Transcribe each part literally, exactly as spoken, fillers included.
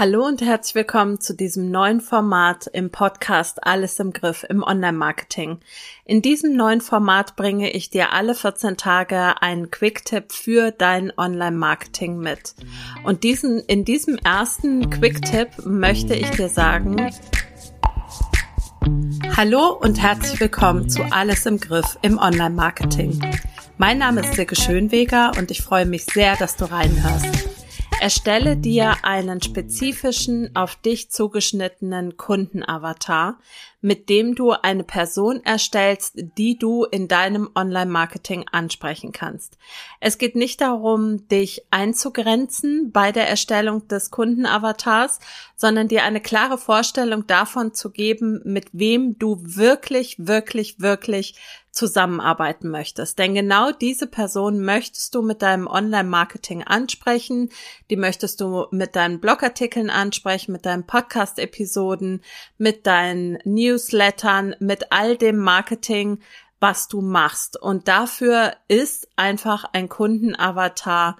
Hallo und herzlich willkommen zu diesem neuen Format im Podcast Alles im Griff im Online-Marketing. In diesem neuen Format bringe ich dir alle vierzehn Tage einen Quick-Tipp für dein Online-Marketing mit. Und diesen, in diesem ersten Quick-Tipp möchte ich dir sagen: Hallo und herzlich willkommen zu Alles im Griff im Online-Marketing. Mein Name ist Silke Schönweger und ich freue mich sehr, dass du reinhörst. Erstelle dir einen spezifischen, auf dich zugeschnittenen Kundenavatar, mit dem du eine Person erstellst, die du in deinem Online-Marketing ansprechen kannst. Es geht nicht darum, dich einzugrenzen bei der Erstellung des Kundenavatars, sondern dir eine klare Vorstellung davon zu geben, mit wem du wirklich, wirklich, wirklich zusammenarbeiten möchtest. Denn genau diese Person möchtest du mit deinem Online-Marketing ansprechen, die möchtest du mit deinen Blogartikeln ansprechen, mit deinen Podcast-Episoden, mit deinen Newslettern, mit all dem Marketing, was du machst. Und dafür ist einfach ein Kundenavatar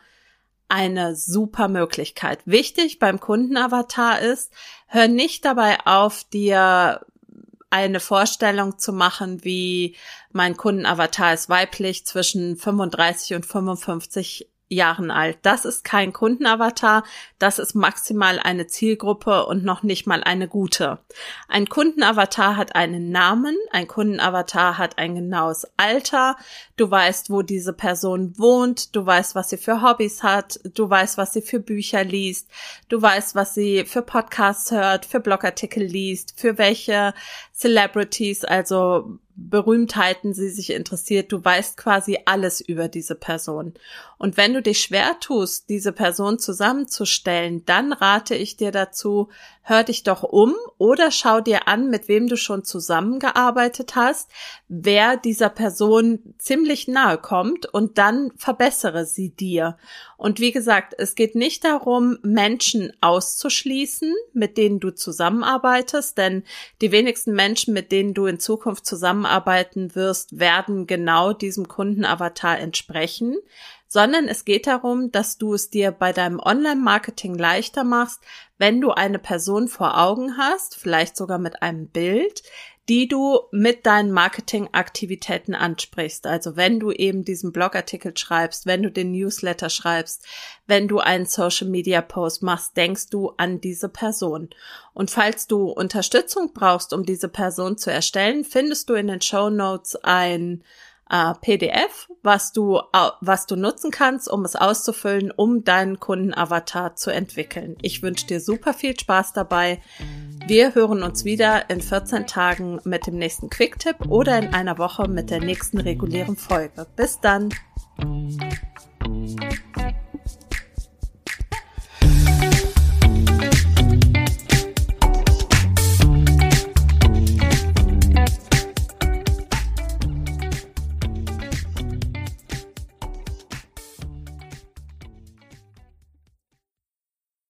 eine super Möglichkeit. Wichtig beim Kundenavatar ist, hör nicht dabei auf, dir eine Vorstellung zu machen, wie mein Kundenavatar ist weiblich, zwischen fünfunddreißig und fünfundfünfzig Jahren alt. Das ist kein Kundenavatar, das ist maximal eine Zielgruppe und noch nicht mal eine gute. Ein Kundenavatar hat einen Namen, ein Kundenavatar hat ein genaues Alter, du weißt, wo diese Person wohnt, du weißt, was sie für Hobbys hat, du weißt, was sie für Bücher liest, du weißt, was sie für Podcasts hört, für Blogartikel liest, für welche Celebrities, also Berühmtheiten sie sich interessiert. Du weißt quasi alles über diese Person. Und wenn du dich schwer tust, diese Person zusammenzustellen, dann rate ich dir dazu, hör dich doch um oder schau dir an, mit wem du schon zusammengearbeitet hast, wer dieser Person ziemlich nahe kommt, und dann verbessere sie dir. Und wie gesagt, es geht nicht darum, Menschen auszuschließen, mit denen du zusammenarbeitest, denn die wenigsten Menschen, mit denen du in Zukunft zusammenarbeiten wirst, werden genau diesem Kundenavatar entsprechen, sondern es geht darum, dass du es dir bei deinem Online-Marketing leichter machst, wenn du eine Person vor Augen hast, vielleicht sogar mit einem Bild, die du mit deinen Marketingaktivitäten ansprichst. Also wenn du eben diesen Blogartikel schreibst, wenn du den Newsletter schreibst, wenn du einen Social-Media-Post machst, denkst du an diese Person. Und falls du Unterstützung brauchst, um diese Person zu erstellen, findest du in den Shownotes ein Uh, P D F, was du uh, was du nutzen kannst, um es auszufüllen, um deinen Kundenavatar zu entwickeln. Ich wünsche dir super viel Spaß dabei. Wir hören uns wieder in vierzehn Tagen mit dem nächsten Quick-Tipp oder in einer Woche mit der nächsten regulären Folge. Bis dann!